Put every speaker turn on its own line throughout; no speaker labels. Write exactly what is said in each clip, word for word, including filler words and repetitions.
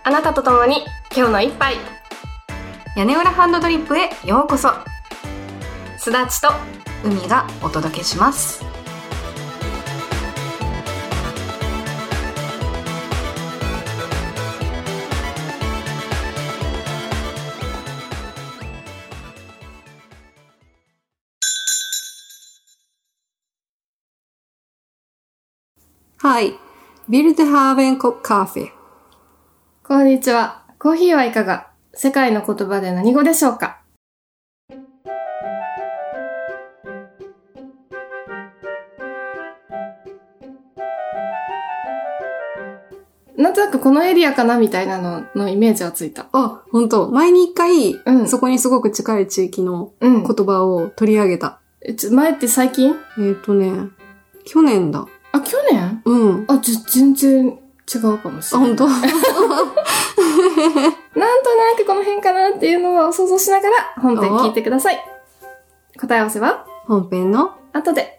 あなたと共に今日の一杯、
屋根裏ハンドドリップへようこそ。
すだちと
海がお届けします。はい。ビルデハーベンコップカフェ。
こんにちは。コーヒーはいかが？世界の言葉で何語でしょうか？なんとなくこのエリアかなみたいなののイメージはついた。
あ、ほんと。前に一回、
うん、
そこにすごく近い地域の言葉を取り上げた。
うん、え、ちょ、前って最近？
えっとね、去年だ。
あ、去年？
うん。
あ、じゃ、全然違うかもしれない。
あ、ほんと？
なんとなくこの辺かなっていうのを想像しながら本編聞いてください。答え合わせは
本編の
後で。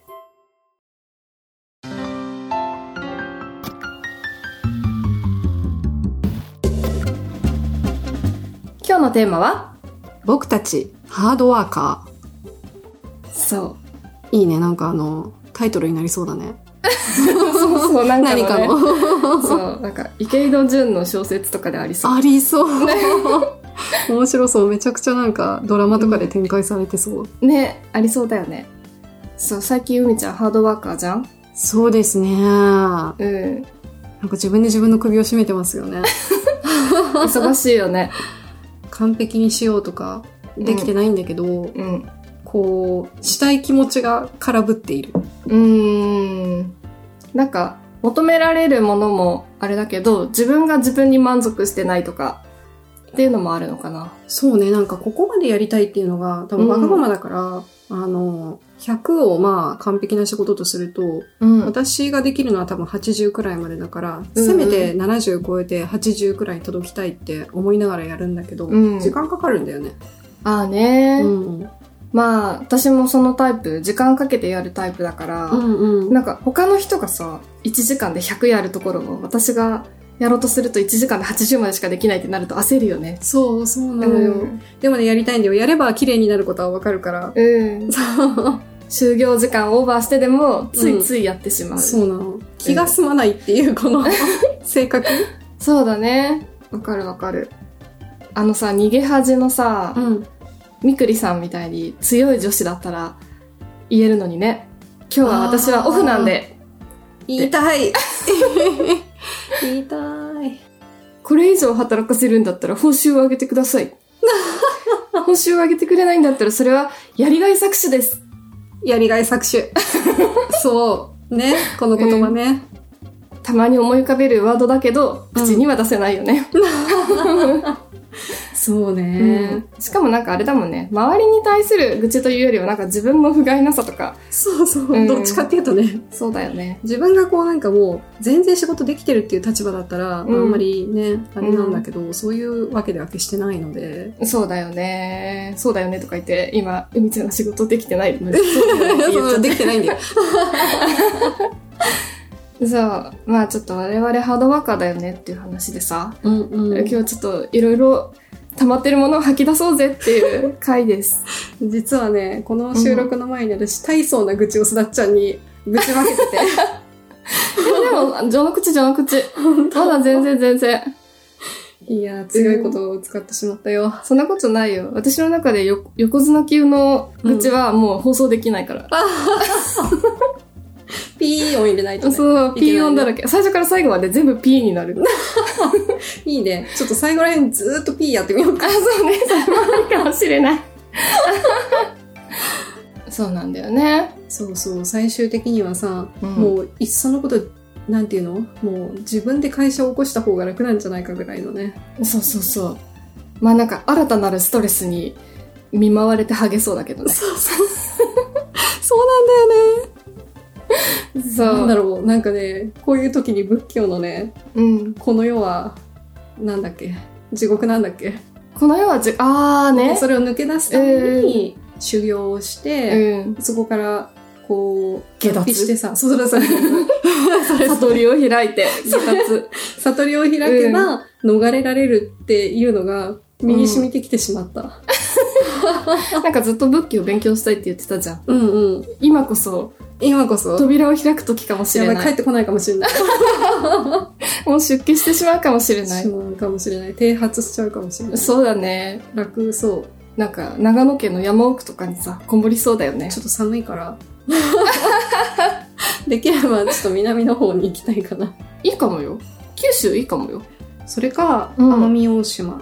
今日のテーマは
僕たちハードワーカ
ー。そう。
いいね。なんかあの、タイトルになりそうだね。
そうそう、なんか、ね、
何かの。
そう、なんか、池井戸潤の小説とかでありそう。
ありそう。面白そう。めちゃくちゃなんか、ドラマとかで展開されてそう。
うん、ね、ありそうだよね。そう、最近海ちゃんハードワーカーじゃん？
そうですね。うん。なんか自分で自分の首を絞めてますよね。
忙しいよね。
完璧にしようとか、できてないんだけど、うん
うん、
こう、したい気持ちが空振っている。
うーん。なんか、求められるものもあれだけど、自分が自分に満足してないとか、っていうのもあるのかな。
そうね、なんかここまでやりたいっていうのが、多分わがままだから、うん、あの、ひゃくをまあ完璧な仕事とすると、うん、私ができるのは多分はちじゅうくらいまでだから、うん、せめてななじゅう超えてはちじゅうくらいに届きたいって思いながらやるんだけど、うん、時間かかるんだよね。
ああねー。
うん
まあ、私もそのタイプ、時間かけてやるタイプだから、うんうん、なんか他の人がさ、いちじかんでひゃくやるところを私がやろうとするといちじかんではちじゅうまでしかできないってなると焦るよね。
そう、そうなのよ。うん、でもね、やりたいんだよ。やれば綺麗になることはわかるから。
うん。そう。就業時間オーバーしてでも、ついついやってしまう。うん、
そうなの。気が済まないっていう、この性格。
そうだね。わかるわかる。あのさ、逃げ恥のさ、うんみくりさんみたいに強い女子だったら言えるのにね。今日は私はオフなんで。
言いたい。言いたい。
これ以上働かせるんだったら報酬を上げてください。報酬を上げてくれないんだったらそれはやりがい搾取です。
やりがい搾取。そう。ね。この言葉ね、
うん。たまに思い浮かべるワードだけど、口には出せないよね。うん
そうね、
うん、しかもなんかあれだもんね、周りに対する愚痴というよりはなんか自分の不甲斐なさとか。
そうそう、うん、どっちかっていうとね。
そうだよね。
自分がこうなんかもう全然仕事できてるっていう立場だったら、うん、あんまりねあれなんだけど、うん、そういうわけでは決してないので。
そうだよね、そうだよねとか言って今海ちゃんの仕事できてないので
そうできてないんだよ。
そう。まあちょっと我々ハードワーカーだよねっていう話でさ、
うんうん、
今日はちょっといろいろ溜まってるものを吐き出そうぜっていう回です。
実はね、この収録の前に私、大層な愚痴をすだっちゃんに愚痴分けてて。
でも、序の口序の口。まだ全然全然。
いや、強いことを使ってしまったよ。
うん、そんなことないよ。私の中でよ横綱級の愚痴はもう放送できないから。うん
ピー音入れないとね。
そう、ピー音だらけ。最初から最後まで全部ピーになる。
いいね。ちょっと最後らへんずーっとピーやってみようか。
あ、そうね。それもあるかもしれない。そうなんだよね。
そうそう。最終的にはさ、うん、もういっそのこと、なんていうの？もう自分で会社を起こした方が楽なんじゃないかぐらいのね。
そうそうそう。まあなんか新たなるストレスに見舞われてハゲそうだけどね。
そうそう。そうなんだよね。
そう。
なんだろう、なんかね、こういう時に仏教のね、うん、この世は、なんだっけ、地獄なんだっけ。
この世はじ、あーね。
それを抜け出すために修行をして、うん、そこからこう、
下脱
してさ、そうそうそう。
悟りを開いて、下脱。
悟りを開けば、逃れられるっていうのが、身に染みてきてしまった。
うん、なんかずっと仏教を勉強したいって言ってたじゃん。
うんうん。
今こそ、
今こそ、
扉を開く時かもしれない。
やばい、帰ってこないかもしれない。
もう出家してしまうかもしれない。
しまうかもしれない。剃髪しちゃうかもしれない。
そうだね。
楽そう。
なんか、長野県の山奥とかにさ、こもりそうだよね。
ちょっと寒いから。できれば、ちょっと南の方に行きたいかな。
いいかもよ。九州いいかもよ。
それか、うん、奄美大島。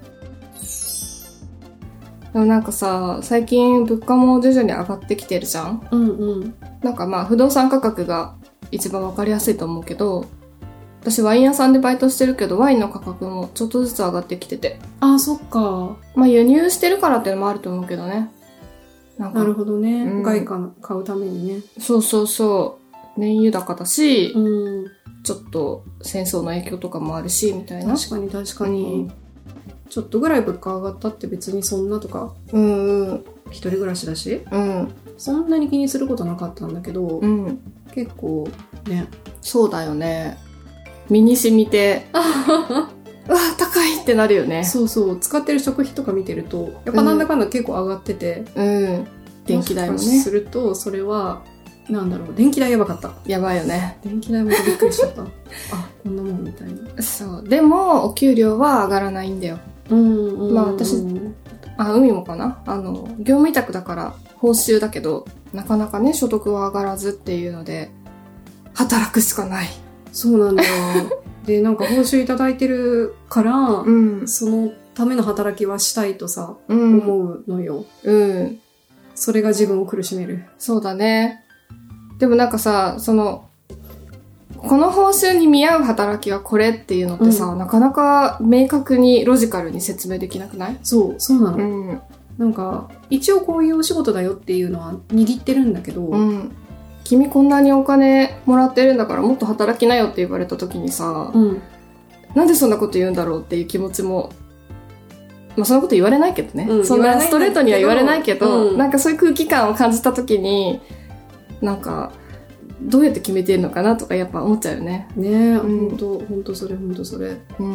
でもなんかさ、最近物価も徐々に上がってきてるじゃん。
うんうん。
なんかまあ不動産価格が一番わかりやすいと思うけど、私ワイン屋さんでバイトしてるけど、ワインの価格もちょっとずつ上がってきてて。
ああ、そっか。
まあ輸入してるからっていうのもあると思うけどね。
なんかなるほどね。うん、外貨買うためにね。
そうそうそう。燃油高だし、
うん、
ちょっと戦争の影響とかもあるし、みたいな。
確かに確かに。うん、ちょっとぐらい物価上がったって別にそんなとか。
うんうん。
一人暮らしだし。
うん。
そんなに気にすることなかったんだけど、
うん、
結構ね。
そうだよね。身に染みて、うわ、高いってなるよね。
そうそう。使ってる食費とか見てると、やっぱなんだかんだ結構上がってて。
うん。うん、電気代もね。
すると、それは、なんだろう、電気代やばかった。
やばいよね。
電気代もびっくりしちゃった。あ、こんなもんみたいな。
そう。でも、お給料は上がらないんだよ。
うんうんうん。
まあ私、あ、海もかな？あの、業務委託だから報酬だけど、なかなかね、所得は上がらずっていうので、働くしかない。
そうなんだよ。で、なんか報酬いただいてるから、うん、そのための働きはしたいとさ、うん、思うのよ。
うん。
それが自分を苦しめる。
そうだね。でもなんかさ、その、この報酬に見合う働きはこれっていうのってさ、うん、なかなか明確にロジカルに説明できなくない？
そう、そうなの。
うん、
なんか、一応こういうお仕事だよっていうのは握ってるんだけど、
うん、君こんなにお金もらってるんだからもっと働きなよって言われた時にさ、うん、なんでそんなこと言うんだろうっていう気持ちも、まあそんなこと言われないけどね。うん、そんなストレートには言われないけど、うん、なんかそういう空気感を感じた時に、なんか、どうやって決めてるのかなとかやっぱ思っちゃうよね。
ねえ、うん、ほんと、ほんとそれほんとそれ。うん。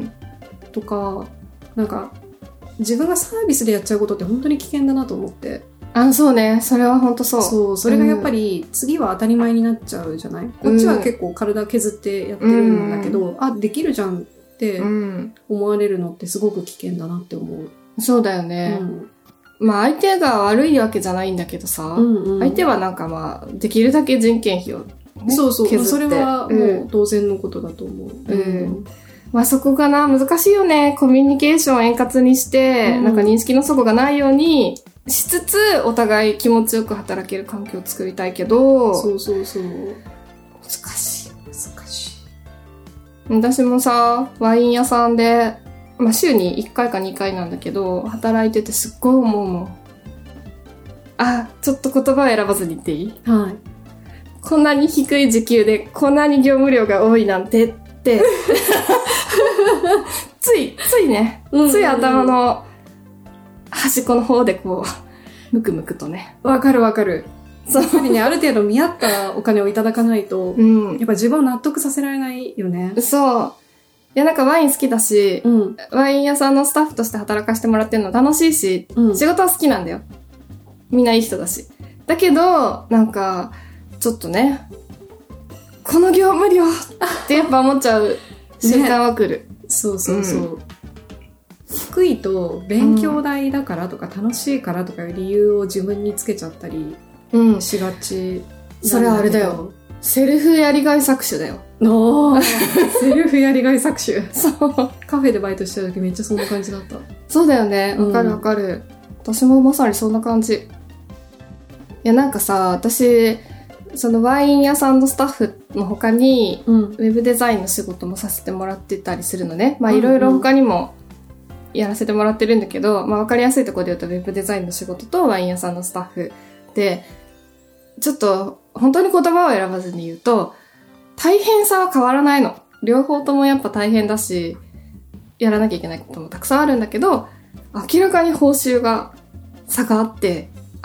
とか、なんか、自分がサービスでやっちゃうことって本当に危険だなと思って。
あ、そうね。それは本当そう。
そう、それがやっぱり、うん、次は当たり前になっちゃうじゃない？こっちは結構体削ってやってるんだけど、うん、あ、できるじゃんって思われるのってすごく危険だなって思う。
そうだよね。うん、まあ相手が悪いわけじゃないんだけどさ、うんうん、相手はなんかまあ、できるだけ人件費を、ね、
そうそう、削って。それはもう当然のことだと思う。うん。
うん、まあそこがな、難しいよね。コミュニケーションを円滑にして、うん、なんか認識の齟齬がないようにしつつ、お互い気持ちよく働ける環境を作りたいけど、
そうそうそう。
難しい。
難しい。
私もさ、ワイン屋さんで、まあ週にいっかいかにかいなんだけど、働いててすっごい思うもん。あ、ちょっと言葉を選ばずに言っていい？
はい。
こんなに低い時給で、こんなに業務量が多いなんてって、つい、ついね、うんうんうん、つい頭の端っこの方でこう、むくむくとね。
わかるわかる。そう。やっぱりね、ある程度見合ったお金をいただかないと、うん、やっぱ自分を納得させられないよね。
そう。いや、なんかワイン好きだし、うん、ワイン屋さんのスタッフとして働かせてもらってるの楽しいし、うん、仕事は好きなんだよ。みんないい人だし。だけど、なんか、ちょっとね、この業務量ってやっぱ思っちゃう瞬間は来る。
ね、そうそうそう。うん、低いと勉強代だからとか楽しいからとかいう理由を自分につけちゃったりしがち、
うん。それはあれだよ。セルフやりがい搾取だよ。
おーセルフやりがい搾取。
そう。
カフェでバイトしてた時めっちゃそんな感じだった。
そうだよね。わかるわかる、うん。私もまさにそんな感じ。いや、なんかさ、私、そのワイン屋さんのスタッフの他に、うん、ウェブデザインの仕事もさせてもらってたりするのね。まあいろいろ他にもやらせてもらってるんだけど、まあわかりやすいところで言うとウェブデザインの仕事とワイン屋さんのスタッフで、ちょっと本当に言葉を選ばずに言うと、大変さは変わらないの。両方ともやっぱ大変だし、やらなきゃいけないこともたくさんあるんだけど、明らかに報酬が差があって、あ、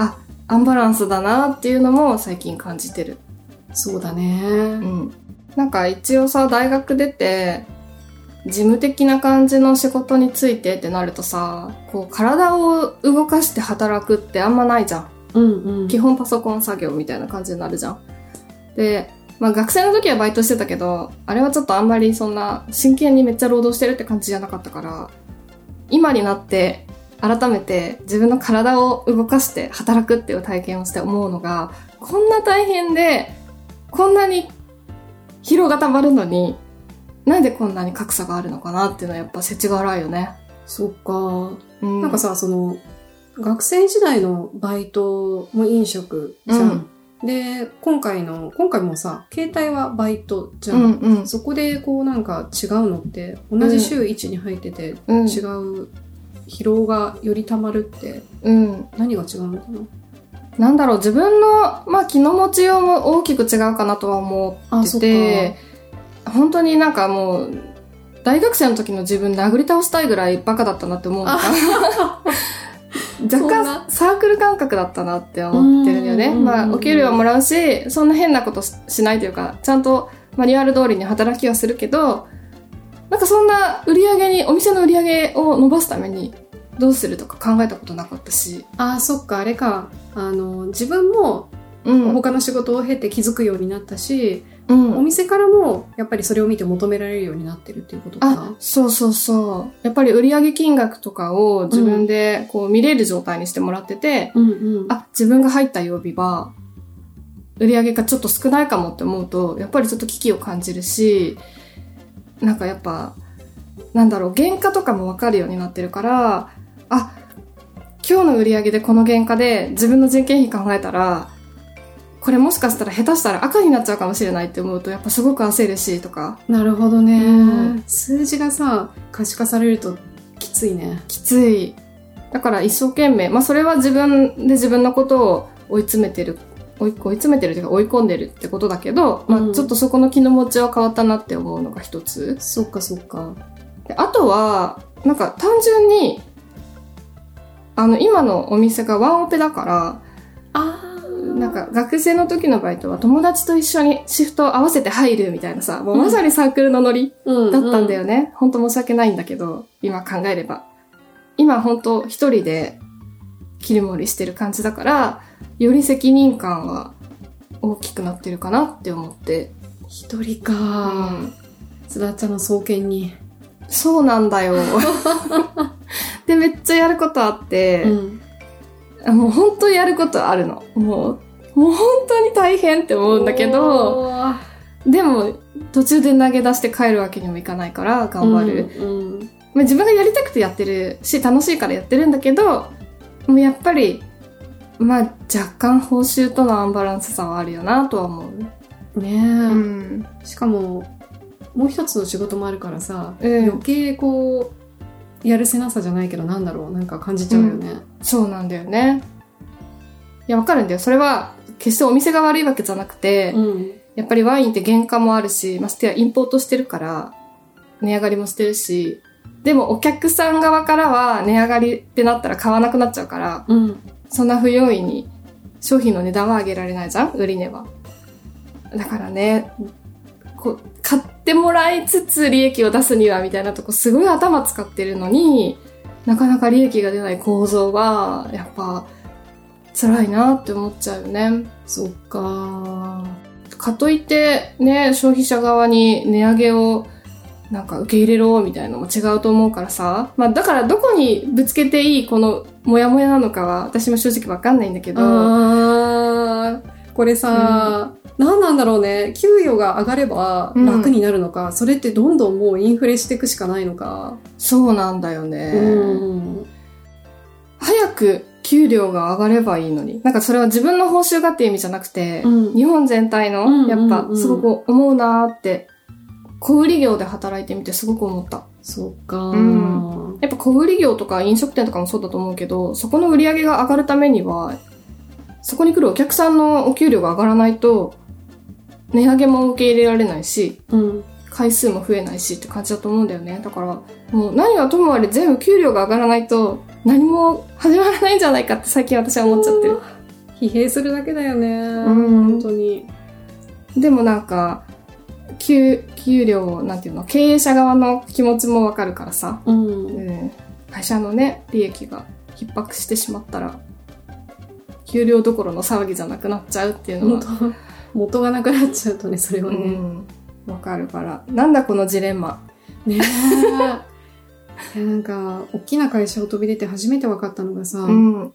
アンバランスだなっていうのも最近感じてる。
そうだね。
うん。なんか一応さ、大学出て、事務的な感じの仕事についてってなるとさ、こう体を動かして働くってあんまないじゃん。
うんうん。
基本パソコン作業みたいな感じになるじゃん。で、まあ学生の時はバイトしてたけど、あれはちょっとあんまりそんな真剣にめっちゃ労働してるって感じじゃなかったから、今になって改めて自分の体を動かして働くっていう体験をして思うのが、こんな大変で、こんなに疲労がたまるのに、なんでこんなに格差があるのかなっていうのはやっぱ世知辛いよね。
そっか、うん。なんかさ、その、学生時代のバイトも飲食じゃん。うん、で、今回の、今回もさ、携帯はバイトじゃん。うんうん、そこでこうなんか違うのって、同じ週いちに入ってて、うん、違う疲労がよりたまるって、うん、何が違うのかな？
なんだろう、自分の、まあ、気の持ちようも大きく違うかなとは思ってて、本当になんかもう、大学生の時の自分殴り倒したいぐらいバカだったなって思うのか若干サークル感覚だったなって思ってるんだよね。まあ、お給料はもらうし、そんな変なことしないというか、ちゃんとマニュアル通りに働きはするけど、なんかそんな売り上げに、お店の売り上げを伸ばすために、どうするとか考えたことなかったし。
ああ、そっか、あれか。あの、自分も、うん、他の仕事を経て気づくようになったし、うん、お店からも、やっぱりそれを見て求められるようになってるっていうことかな。
あ、そうそうそう。やっぱり売上金額とかを自分でこう見れる状態にしてもらってて、うんうん、あ、自分が入った曜日は、売上がちょっと少ないかもって思うと、やっぱりちょっと危機を感じるし、なんかやっぱ、なんだろう、原価とかもわかるようになってるから、あ、今日の売り上げでこの原価で自分の人件費考えたら、これもしかしたら下手したら赤になっちゃうかもしれないって思うとやっぱすごく焦るしとか。
なるほどね、うん、数字がさ、可視化されるときついね。
きつい。だから一生懸命、まあそれは自分で自分のことを追い詰めてる、追い、追い詰めてるというか追い込んでるってことだけど、うん、まあちょっとそこの気の持ちは変わったなって思うのが一つ。
そっかそっか。
であとは、なんか単純に、あの、今のお店がワンオペだから、
あ
なんか学生の時のバイトは友達と一緒にシフトを合わせて入るみたいなさ、もうまさにサークルのノリだったんだよね。うんうん、本当申し訳ないんだけど、今考えれば。今本当一人で切り盛りしてる感じだから、より責任感は大きくなってるかなって思って。
一人かぁ。うん。すだちゃんの双肩に。
そうなんだよ。で、めっちゃやることあって、うん、もう本当にやることあるの。もう、もう本当に大変って思うんだけど、でも途中で投げ出して帰るわけにもいかないから頑張る。うんうん、まあ、自分がやりたくてやってるし、楽しいからやってるんだけど、もうやっぱり、まあ若干報酬とのアンバランスさはあるよなとは思う。
ねえ、うん。しかも、もう一つの仕事もあるからさ、うん、余計こう、やるせなさじゃないけどなんだろう、なんか感じちゃうよね。うん、
そうなんだよね。いや、わかるんだよ。それは、決してお店が悪いわけじゃなくて、うん、やっぱりワインって原価もあるし、ましてやインポートしてるから、値上がりもしてるし、でもお客さん側からは値上がりってなったら買わなくなっちゃうから、うん、そんな不用意に商品の値段は上げられないじゃん、売り値は。だからね、こう買ってもらいつつ利益を出すにはみたいなとこすごい頭使ってるのに、なかなか利益が出ない構造はやっぱ辛いなって思っちゃうよね。
そっか。
かといってね、消費者側に値上げをなんか受け入れろみたいなのも違うと思うからさ。まあだからどこにぶつけていいこのモヤモヤなのかは私も正直わかんないんだけど。
あー、これさ、うん、何なんだろうね。給与が上がれば楽になるのか、うん、それってどんどんもうインフレしていくしかないのか。
そうなんだよね。うん、早く給料が上がればいいのに。なんかそれは自分の報酬がっていう意味じゃなくて、うん、日本全体のやっぱすごく思うなーって、小売業で働いてみてすごく思った。
そっか、
うん。やっぱ小売業とか飲食店とかもそうだと思うけど、そこの売り上げが上がるためには、そこに来るお客さんのお給料が上がらないと、値上げも受け入れられないし、うん、回数も増えないしって感じだと思うんだよね。だから、もう何はともあれ全部給料が上がらないと、何も始まらないんじゃないかって最近私は思っちゃってる。
疲弊するだけだよね。うん。本当に。
でもなんか、給、給料、なんていうの、経営者側の気持ちもわかるからさ、うんうん、会社のね、利益が逼迫してしまったら、給料どころの騒ぎじゃなくなっちゃうっていうのは。
元、元がなくなっちゃうとね、それはね。わ、
うん、かるから。なんだこのジレンマ。
ねえ。なんか、大きな会社を飛び出て初めて分かったのがさ、うん、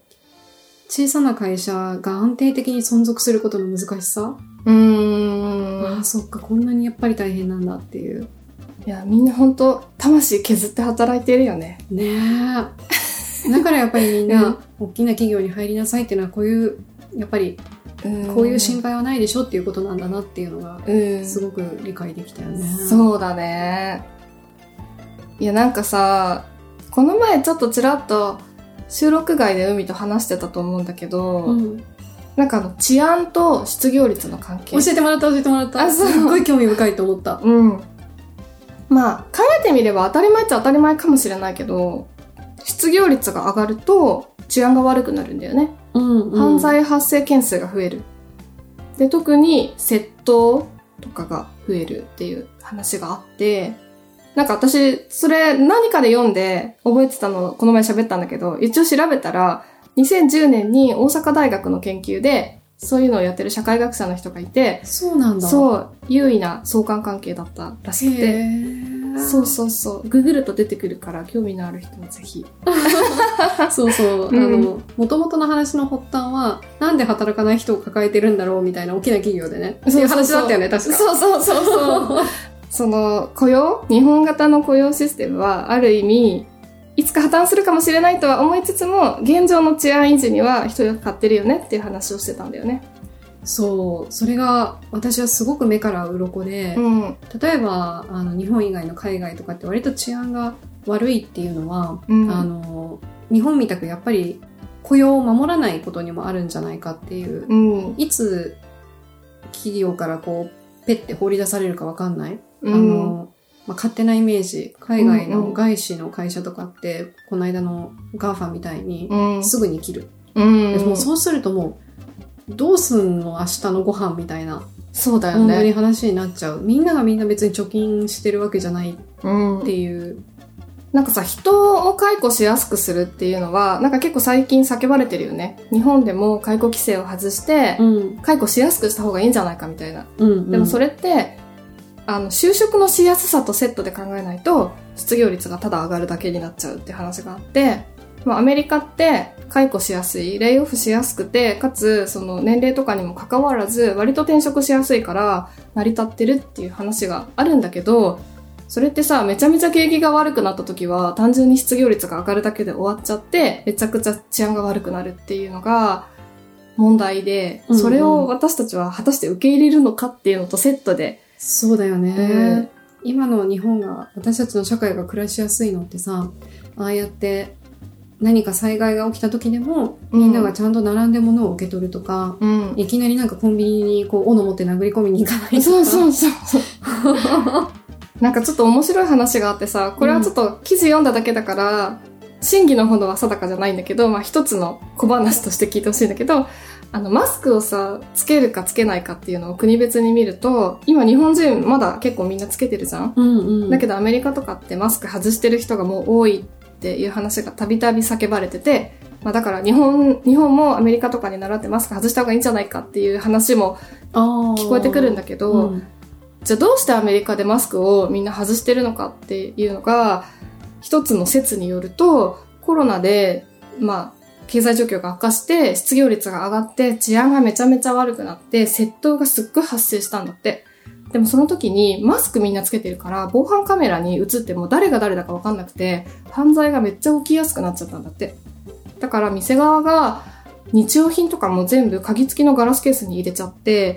小さな会社が安定的に存続することの難しさ。うーん。ああ、そっか、こんなにやっぱり大変なんだっていう。
いや、みんなほんと、魂削って働いてるよね。
ねえ。だからやっぱりみんな、大きな企業に入りなさいっていうのは、こういう、やっぱり、こういう心配はないでしょっていうことなんだなっていうのが、すごく理解できたよね。
そうだね。いや、なんかさ、この前ちょっとちらっと収録外で海と話してたと思うんだけど、うん、なんかあの治安と失業率の関係。
教えてもらった教えてもらった。あ、すっごい興味深いと思った。
うん。まあ、考えてみれば当たり前っちゃ当たり前かもしれないけど、失業率が上がると治安が悪くなるんだよね。うんうん、犯罪発生件数が増える。で、特に窃盗とかが増えるっていう話があって、なんか私、それ何かで読んで覚えてたのをこの前喋ったんだけど、一応調べたら、にせんじゅうねんに大阪大学の研究で、そういうのをやってる社会学者の人がいて、
そうなんだ。
そう、優位な相関関係だったらしくて、そうそうそう、ググると出てくるから興味のある人はぜひ。
そうそう、うん、あの、元々の話の発端は、なんで働かない人を抱えてるんだろうみたいな大きな企業でね。そういう話だったよね、確か。
そうそうそうそう。その雇用、日本型の雇用システムはある意味、いつか破綻するかもしれないとは思いつつも、現状の治安維持には人がかかってるよねっていう話をしてたんだよね。
そう、それが私はすごく目から鱗で、うん、例えばあの日本以外の海外とかって割と治安が悪いっていうのは、うん、あの日本みたくやっぱり雇用を守らないことにもあるんじゃないかっていう、うん、いつ企業からこうペッて放り出されるかわかんない、うん、あのまあ、勝手なイメージ、海外の外資の会社とかって、うんうん、この間のガーファみたいにすぐに切る、うんうん、もうそうするともうどうすんの明日のご飯みたいな、
そうだよね、
本当に話になっちゃう。みんながみんな別に貯金してるわけじゃないっていう、うん、
なんかさ、人を解雇しやすくするっていうのはなんか結構最近叫ばれてるよね。日本でも解雇規制を外して、うん、解雇しやすくした方がいいんじゃないかみたいな、うんうん、でもそれってあの就職のしやすさとセットで考えないと失業率がただ上がるだけになっちゃうって話があって、まあ、アメリカって解雇しやすい、レイオフしやすくて、かつその年齢とかにも関わらず割と転職しやすいから成り立ってるっていう話があるんだけど、それってさ、めちゃめちゃ景気が悪くなった時は単純に失業率が上がるだけで終わっちゃってめちゃくちゃ治安が悪くなるっていうのが問題で、それを私たちは果たして受け入れるのかっていうのとセットで、
そうだよね、うん、今の日本が、私たちの社会が暮らしやすいのってさ、ああやって何か災害が起きた時でも、みんながちゃんと並んで物を受け取るとか、うん、いきなりなんかコンビニにこう斧持って殴り込みに行かないとか。
そうそうそうなんかちょっと面白い話があってさ、これはちょっと記事読んだだけだから、真偽のほどは定かじゃないんだけど、まあ一つの小話として聞いてほしいんだけど、あのマスクをさつけるかつけないかっていうのを国別に見ると、今日本人まだ結構みんなつけてるじゃん、うんうん、だけどアメリカとかってマスク外してる人がもう多いっていう話がたびたび叫ばれてて、まあ、だから日本日本もアメリカとかに習ってマスク外した方がいいんじゃないかっていう話も聞こえてくるんだけど、うん、じゃあどうしてアメリカでマスクをみんな外してるのかっていうのが、一つの説によると、コロナでまあ経済状況が悪化して失業率が上がって治安がめちゃめちゃ悪くなって窃盗がすっごい発生したんだって。でもその時にマスクみんなつけてるから防犯カメラに映っても誰が誰だか分かんなくて犯罪がめっちゃ起きやすくなっちゃったんだって。だから店側が日用品とかも全部鍵付きのガラスケースに入れちゃって、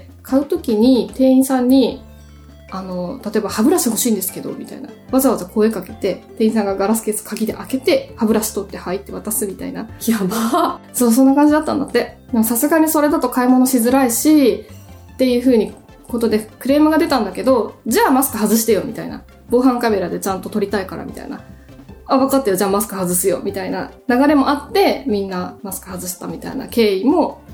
買う時に店員さんにあの、例えば歯ブラシ欲しいんですけど、みたいな。わざわざ声かけて、店員さんがガラスケース鍵で開けて、歯ブラシ取って入って渡すみたいな。
やば
ー。そう、そんな感じだったんだって。でもさすがにそれだと買い物しづらいし、っていう風にことでクレームが出たんだけど、じゃあマスク外してよ、みたいな。防犯カメラでちゃんと撮りたいから、みたいな。あ、分かったよ、じゃあマスク外すよ、みたいな流れもあって、みんなマスク外したみたいな経緯も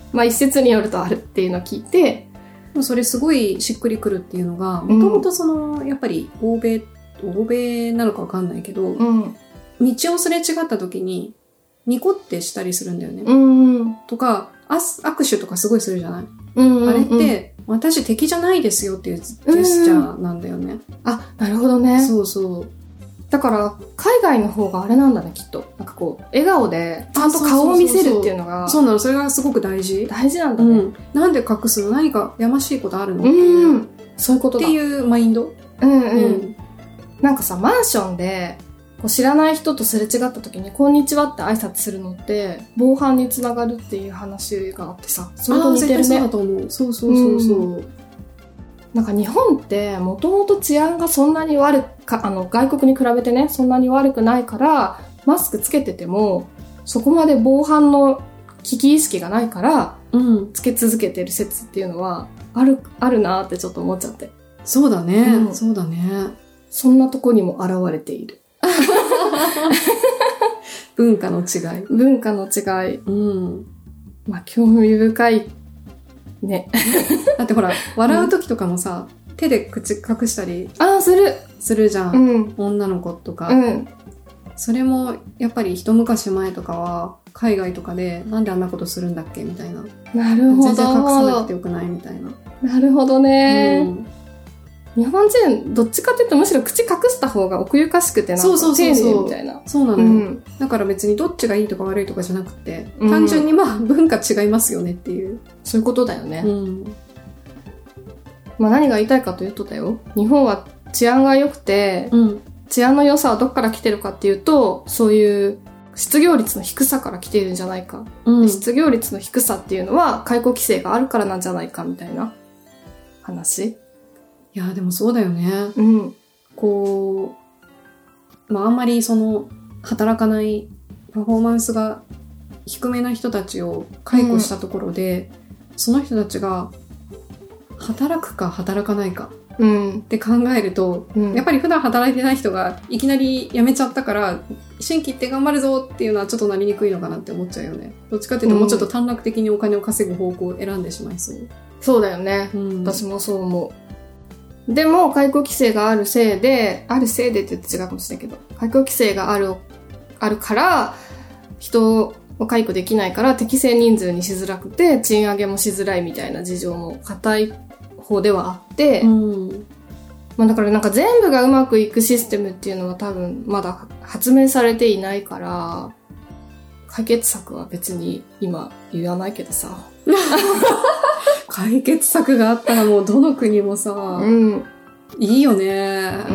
まあ一説によるとあるっていうのを聞いて、
それすごいしっくりくるっていうのが、もともとその、やっぱり欧米、欧米なのかわかんないけど、うん、道をすれ違った時に、ニコってしたりするんだよね。うんうん、とか、握手とかすごいするじゃない、うんうんうん、あれって、私敵じゃないですよっていうジェスチャーなんだよね。うん、
あ、なるほどね。
そうそう。
だから、海外の方があれなんだね、きっと。なんかこう、笑顔で、ちゃんと顔を見せるっていうのが。
そうなの、それがすごく大事。
大事なんだね。うん、
なんで隠すの？何かやましいことあるのっていう。うん、
そういうことだ。
っていうマインド。
うんうん。うん、なんかさ、マンションで、こう知らない人とすれ違った時に、こんにちはって挨拶するのって、防犯につながるっていう話があってさ、それと似てるね。あ、絶対そうだと思う。そうそうそうそう。うん、なんか日本ってもともと治安がそんなに悪か、あの外国に比べてね、そんなに悪くないから、マスクつけてても、そこまで防犯の危機意識がないから、うん、つけ続けてる説っていうのは、ある、あるなーってちょっと思っちゃって。
そうだね、うん。そうだね。
そんなとこにも現れている。
文化の違い。
文化の違い。うん。まあ、興味深い。ね。
だってほら、笑う時とかもさ、うん、手で口隠したり。
ああ、する。
するじゃん。うん、女の子とか。うん。それも、やっぱり一昔前とかは、海外とかで、なんであんなことするんだっけみたいな。
なるほど。
全然隠さなくてよくないみたいな。
なるほどね。うん日本人、どっちかっていうとむしろ口隠した方が奥ゆかしくてなんか丁寧みたいな。
そうなのよ、うん。だから別にどっちがいいとか悪いとかじゃなくて、うん、単純にまあ文化違いますよねっていう。
そういうことだよね。うん、まあ何が言いたいかというとだよ。日本は治安が良くて、うん、治安の良さはどっから来てるかっていうと、そういう失業率の低さから来ているんじゃないか、うん。失業率の低さっていうのは解雇規制があるからなんじゃないかみたいな話。
いやでもそうだよね。うん。こう、まああんまりその働かないパフォーマンスが低めな人たちを解雇したところで、うん、その人たちが働くか働かないかって考えると、うん、やっぱり普段働いてない人がいきなり辞めちゃったから新規って頑張るぞっていうのはちょっとなりにくいのかなって思っちゃうよね。どっちかっていうともうちょっと短絡的にお金を稼ぐ方向を選んでしまいそう。
そうだよね。うん、私もそう思う。でも、解雇規制があるせいで、あるせいでって言って違うかもしれないけど、解雇規制がある、あるから、人を解雇できないから適正人数にしづらくて、賃上げもしづらいみたいな事情も固い方ではあって、うん、まあだからなんか全部がうまくいくシステムっていうのは多分まだ発明されていないから、解決策は別に今言わないけどさ。
解決策があったらもうどの国もさ、うん、いいよね。うん。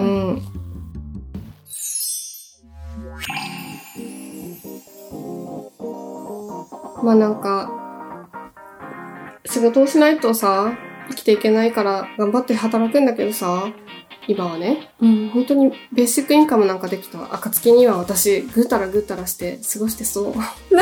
まあなんか、仕事をしないとさ、生きていけないから頑張って働くんだけどさ、今はね、うん、本当にベーシックインカムなんかできた暁には私、ぐうたらぐうたらして過ごしてそう。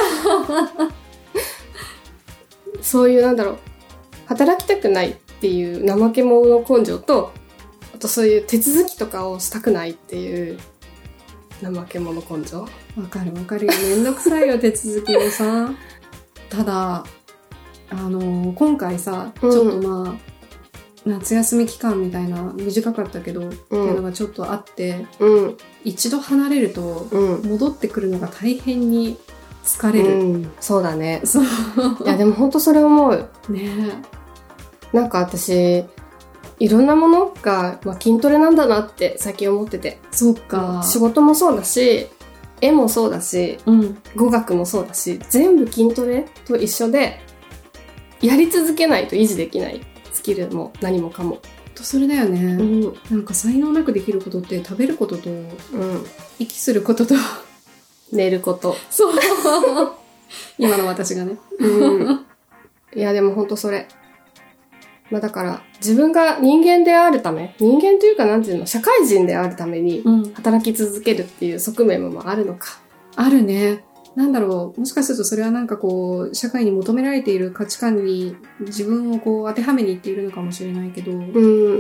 そういうなんだろう、働きたくないっていう怠け者の根性と、あとそういう手続きとかをしたくないっていう怠け者根性。
わかるわかるよ。めんどくさいよ、手続きもさ。ただ、あのー、今回さ、ちょっとまあ、うん、夏休み期間みたいな短かったけど、うん、っていうのがちょっとあって、うん、一度離れると、戻ってくるのが大変に疲れる。うん、
そうだね。そう。いや、でも本当それ思う。ねえ。なんか私、いろんなものが、まあ、筋トレなんだなって最近思ってて。
そっか。
仕事もそうだし、絵もそうだし、うん、語学もそうだし、全部筋トレと一緒で、やり続けないと維持できないスキルも何もかも。
とそれだよね、うん。なんか才能なくできることって食べることと、うん、息することと、
寝ること。
そう。今の私がね。
うん、いやでもほんとそれ。まあだから自分が人間であるため、人間というかなんていうの、社会人であるために働き続けるっていう側面もあるのか。
あるね。なんだろう、もしかするとそれはなんかこう、社会に求められている価値観に自分をこう当てはめにいっているのかもしれないけど、うん、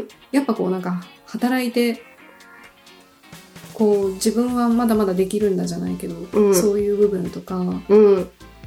やっぱこうなんか働いて、こう自分はまだまだできるんだじゃないけど、うん、そういう部分とか、うん、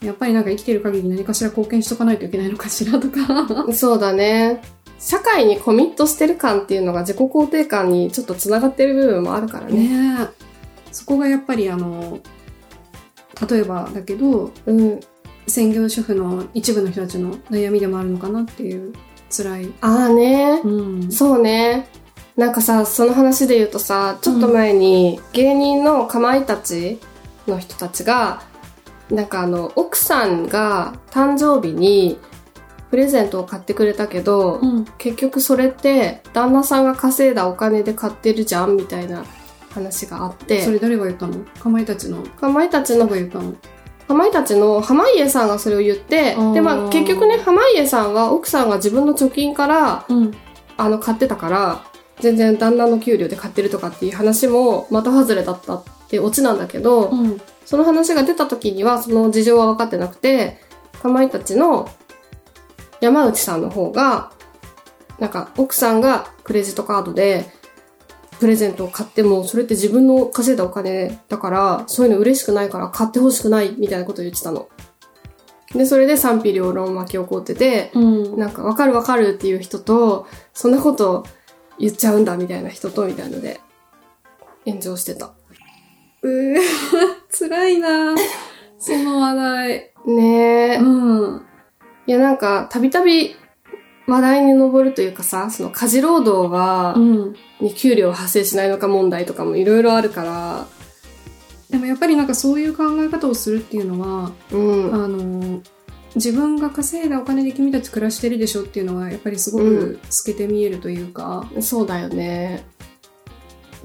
やっぱりなんか生きてる限り何かしら貢献しとかないといけないのかしらとか。
そうだね。社会にコミットしてる感っていうのが自己肯定感にちょっとつながってる部分もあるからね。
ねえ。そこがやっぱりあの、例えばだけど、
うん、
専業主婦の一部の人たちの悩みでもあるのかなっていう辛い。
ああね、
うん、
そうね。なんかさ、その話で言うとさ、ちょっと前に芸人のかまいたちの人たちが、なんかあの、奥さんが誕生日にプレゼントを買ってくれたけど、うん、結局それって旦那さんが稼いだお金で買ってるじゃんみたいな話があって。
それ誰が言ったの？かまいたちの。
かまいたちの。
が言ったの？
かまいたちの濱家さんがそれを言って、で、まあ結局ね、濱家さんは奥さんが自分の貯金から、うん、あの、買ってたから、全然旦那の給料で買ってるとかっていう話も的外れだったってオチなんだけど、うん、その話が出た時にはその事情は分かってなくて、かまいたちの山内さんの方が、なんか奥さんがクレジットカードでプレゼントを買っても、それって自分の稼いだお金だから、そういうの嬉しくないから買ってほしくないみたいなことを言ってたの。で、それで賛否両論巻き起こってて、うん、なんか分かる分かるっていう人と、そんなこと言っちゃうんだみたいな人とみたいので炎上してた。
うー辛いなその話題。
ねえ。
うん。
いやなんかたびたび話題に上るというかさ、その家事労働は、うん、に給料発生しないのか問題とかもいろいろあるから。
でもやっぱりなんかそういう考え方をするっていうのは、うん、あの自分が稼いだお金で君たち暮らしてるでしょっていうのはやっぱりすごく透けて見えるというか、
うん、そうだよね。
うん、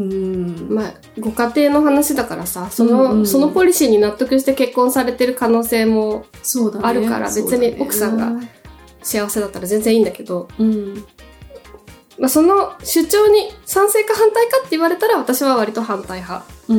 まあご家庭の話だからさ、その、うんうん、そのポリシーに納得して結婚されてる可能性もあるから、ね、別に奥さんが幸せだったら全然いいんだけど、
うん
まあ、その主張に賛成か反対かって言われたら私は割と反対派。
うん、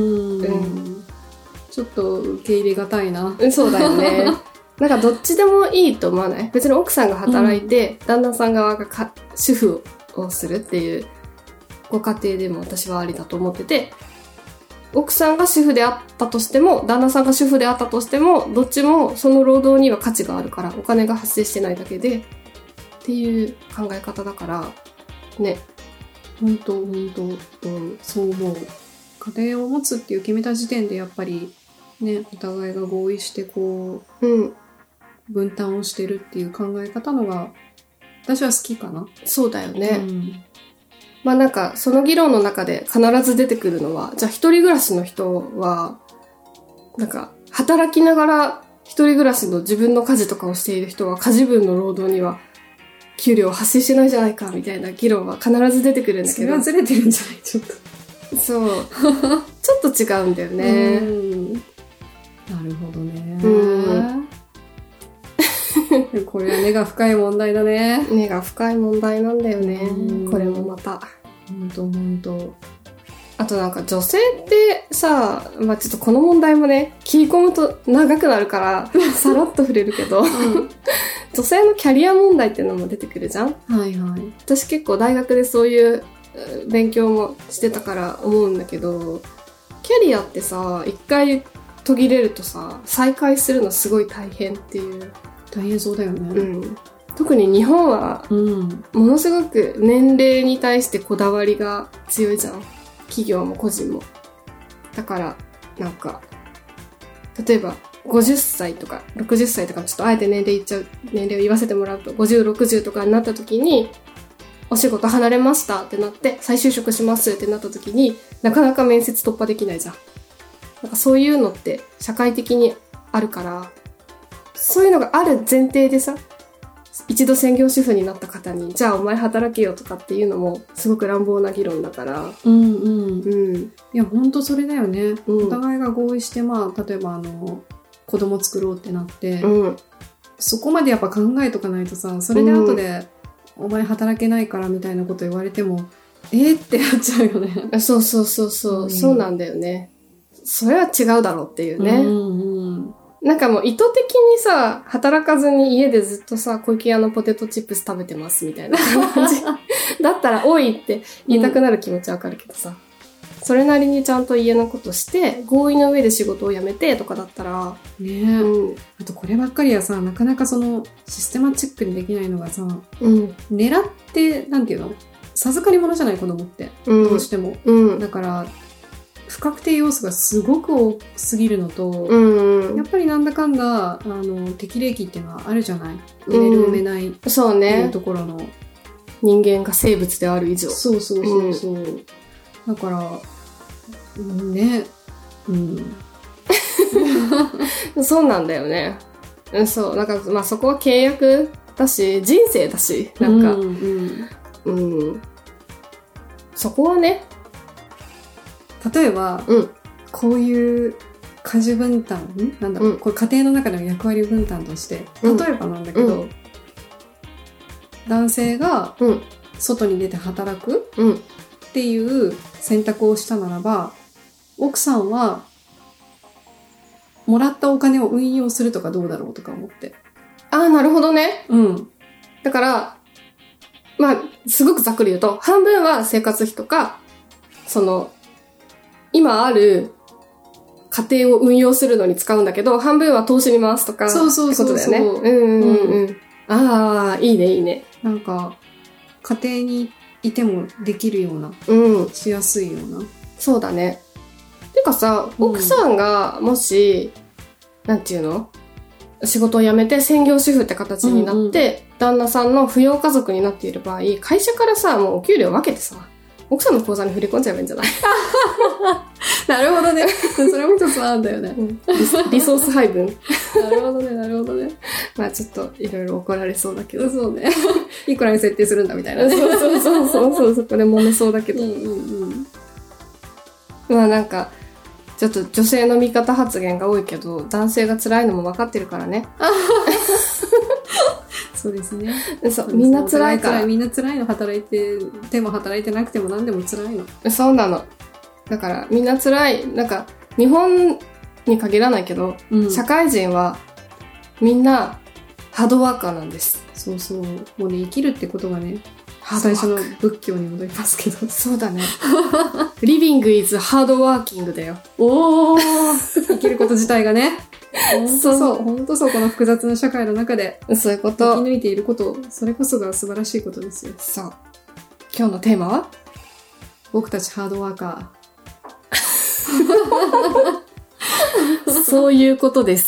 うん、ちょっと受け入れがたいな。
そうだよね。なんかどっちでもいいと思わない？別に奥さんが働いて、うん、旦那さん側がか主婦をするっていうご家庭でも私はありだと思ってて、奥さんが主婦であったとしても旦那さんが主婦であったとしてもどっちもその労働には価値があるからお金が発生してないだけでっていう考え方だからね。
本当本当、うん、そう思う。家庭を持つっていう決めた時点でやっぱりね、お互いが合意してこう、うん、分担をしてるっていう考え方のが私は好きかな。
そうだよね。うん、まあなんかその議論の中で必ず出てくるのは、じゃあ一人暮らしの人はなんか働きながら一人暮らしの自分の家事とかをしている人は家事分の労働には給料発生しないじゃないかみたいな議論は必ず出てくるんだけど、そ
れはずれてるんじゃない？ちょっと
そうちょっと違うんだよね。
うんなるほどね。うんこれは根が深い問題だね。
根が深い問題なんだよね。これもまた。
ほんとほんと。
あとなんか女性ってさ、まあちょっとこの問題もね、切り込むと長くなるからさらっと触れるけど、うん、女性のキャリア問題っていうのも出てくるじゃん。
はいはい。
私結構大学でそういう勉強もしてたから思うんだけど、キャリアってさ、一回途切れるとさ、再開するのすごい大変っていう。
大変そうだよね。
うん。特に日本は、ものすごく年齢に対してこだわりが強いじゃん。企業も個人も。だから、なんか、例えばごじゅっさいとかろくじゅっさいとかちょっとあえて年齢言っちゃう、年齢を言わせてもらうと、ごじゅう、ろくじゅうとかになった時に、お仕事離れましたってなって、再就職しますってなった時に、なかなか面接突破できないじゃん。なんかそういうのって社会的にあるから、そういうのがある前提でさ、一度専業主婦になった方に、じゃあお前働けよとかっていうのもすごく乱暴な議論だから。
うんうんうん。いやほんとそれだよね。うん、お互いが合意して、まあ例えばあの子供作ろうってなって、うん、そこまでやっぱ考えとかないとさ、それで後で、うん、お前働けないからみたいなこと言われても、えー、ってなっちゃうよね。
そうそうそうそう、うん、そうなんだよね。それは違うだろうっていうね。
うんうん
なんかもう意図的にさ、働かずに家でずっとさ、小池屋のポテトチップス食べてますみたいな感じ。だったら、おいって言いたくなる気持ちわかるけどさ。 それなりにちゃんと家のことして、合意の上で仕事を辞めてとかだったら。
ねえ、うん。あとこればっかりはさ、なかなかその、システマチックにできないのがさ、うん、狙って、なんていうの？授かり物じゃない子供って。うん、どうしても。うん、だから、不確定要素がすごく多すぎるのと、うん、やっぱりなんだかんだ、あの、適齢期っていうのはあるじゃない？埋める埋めない、うん、そうね。っていうところの。
人間が生物である以上。
そうそうそうそう。うん、だから、ね、うん。
そうなんだよね。そう、なんか、まあそこは契約だし、人生だし、なんか、うんうん、うん。そこはね、
例えば、うん、こういう家事分担、んなんだろう、うん、これ家庭の中での役割分担として、例えばなんだけど、うん、男性が外に出て働くっていう選択をしたならば、奥さんはもらったお金を運用するとかどうだろうとか思って。
ああ、なるほどね。うん。だから、まあ、すごくざっくり言うと、半分は生活費とか、その、今ある家庭を運用するのに使うんだけど、半分は投資に回すとか、
そうそうそうそう。
ってことだよね。うんうんうん。うん、ああ、いいねいいね。
なんか、家庭にいてもできるような、うん、しやすいような。
そうだね。てかさ、奥さんがもし、うん、なんていうの？仕事を辞めて専業主婦って形になって、うんうん、旦那さんの扶養家族になっている場合、会社からさ、もうお給料分けてさ、奥さんの口座に振り込んじゃえばいいんじゃない？
なるほどね。それも一つなんだよね。うん、
リ, リソース配分。
なるほどね、なるほどね。
まあちょっといろいろ怒られそうだけど。
そうね。いくらに設定するんだみたいな、ね。
そうそうそうそうそう、そこで揉めそうだけど。うんうんうん。まあなんか、ちょっと女性の味方発言が多いけど、男性が辛いのも分かってるからね。
そうですね。
そう、みんな辛いから。
みんな辛いの、働いて、ても働いてなくても何でも辛いの。
そうなの。だからみんな辛い。なんか、日本に限らないけど、うん、社会人はみんなハードワーカーなんです。
そうそう。もうね、生きるってことがね、最初の仏教に戻りますけど。
そうだね。リビングイズハードワーキングだよ。
おー生きること自体がね。そうそう。ほんとそう。この複雑な社会の中で。
そういうこと。
生き抜いていること、それこそが素晴らしいことですよ。
そう。今日のテーマは？
僕たちハードワーカ
ー。そういうことです。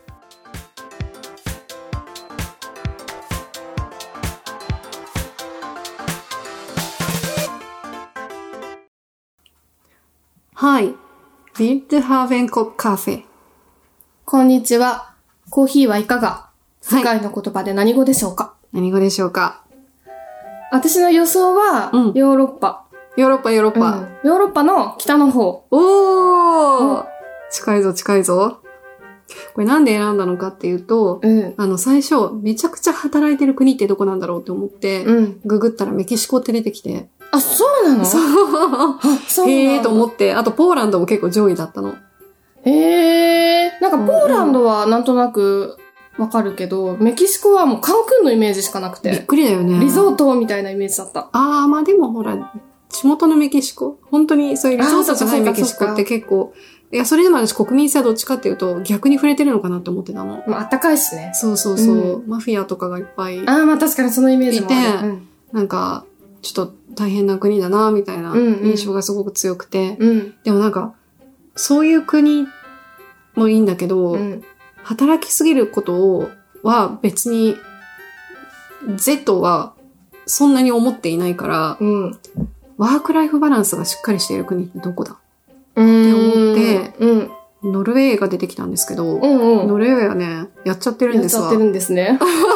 はい。Vill du ha en kopp kaffe?
こんにちは。コーヒーはいかが？世界の言葉で何語でしょうか？は
い、何語でしょうか？
私の予想は、うん、ヨーロッパ。
ヨーロッパ、ヨーロッパ、うん。
ヨーロッパの北の方。
おー、うん、近いぞ、近いぞ。これなんで選んだのかっていうと、うん、あの、最初、めちゃくちゃ働いてる国ってどこなんだろうって思って、うん、ググったらメキシコって出てきて。
あ、そうなの？
そう。そうへーと思って、あとポーランドも結構上位だったの。
へー。なんかポーランドはなんとなくわかるけど、メキシコはもうカンクンのイメージしかなくて。
びっくりだよね。
リゾートみたいなイメージだった。
あー、まあでもほら、地元のメキシコ、本当にそういうリゾートじゃないメキシコって結構、いや、それでも私国民性はどっちかっていうと逆に触れてるのかなって思ってたの。
まあ、あったかいしね。
そうそうそう。うん、マフィアとかがいっぱいいて。
ああ、まあ確かにそのイメージもある。い
て、うん、なんか、ちょっと大変な国だな、みたいな印象がすごく強くて。うんうん、でもなんか、そういう国もいいんだけど、うん、働きすぎることをは別に、Z はそんなに思っていないから、うん、ワークライフバランスがしっかりしている国ってどこだって思って、うん、ノルウェーが出てきたんですけど、うんうん、ノルウェーはね、やっちゃってるんですわ。
やっちゃってるんですね。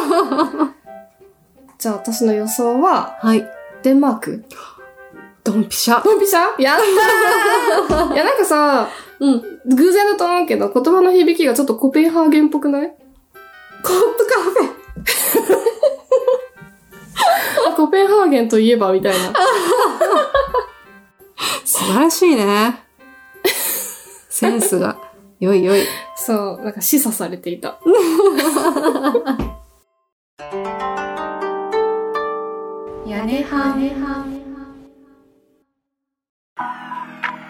じゃあ私の予想は、はい。デンマーク。
ドンピシャ。
ドンピシャやったーいやなんかさ、うん、偶然だと思うけど、言葉の響きがちょっとコペンハーゲンっぽくない？コップカフェコペンハーゲンといえばみたいな。
素晴らしいね。センスが。よいよい。
そう、なんか示唆されていた。屋根はねは。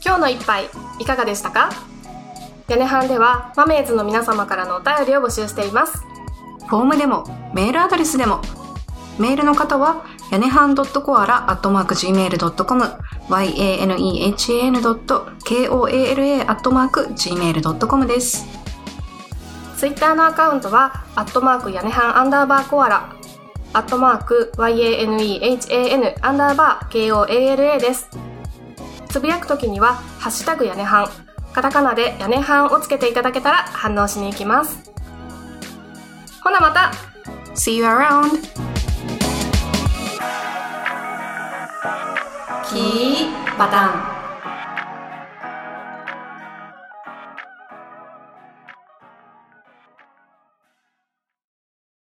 今日の一杯いかがでしたか？屋根班ではマメーズの皆様からのお便りを募集しています。
フォームでもメールアドレスでも。メールの方はやねはん .koala アットマーク ジーメール ドットコム ヤネハン ドット コアラ アットマーク ジーメール ドットコム です。
ツイッターのアカウントはアットマーク屋根班アンダーバーコアラアットマーク ヤネハン アンダーバー コアラ です。つぶやくときにはハッシュタグ屋根班、カタカナで屋根班をつけていただけたら反応しに行きます。ほなまた
See you around!
キーバタン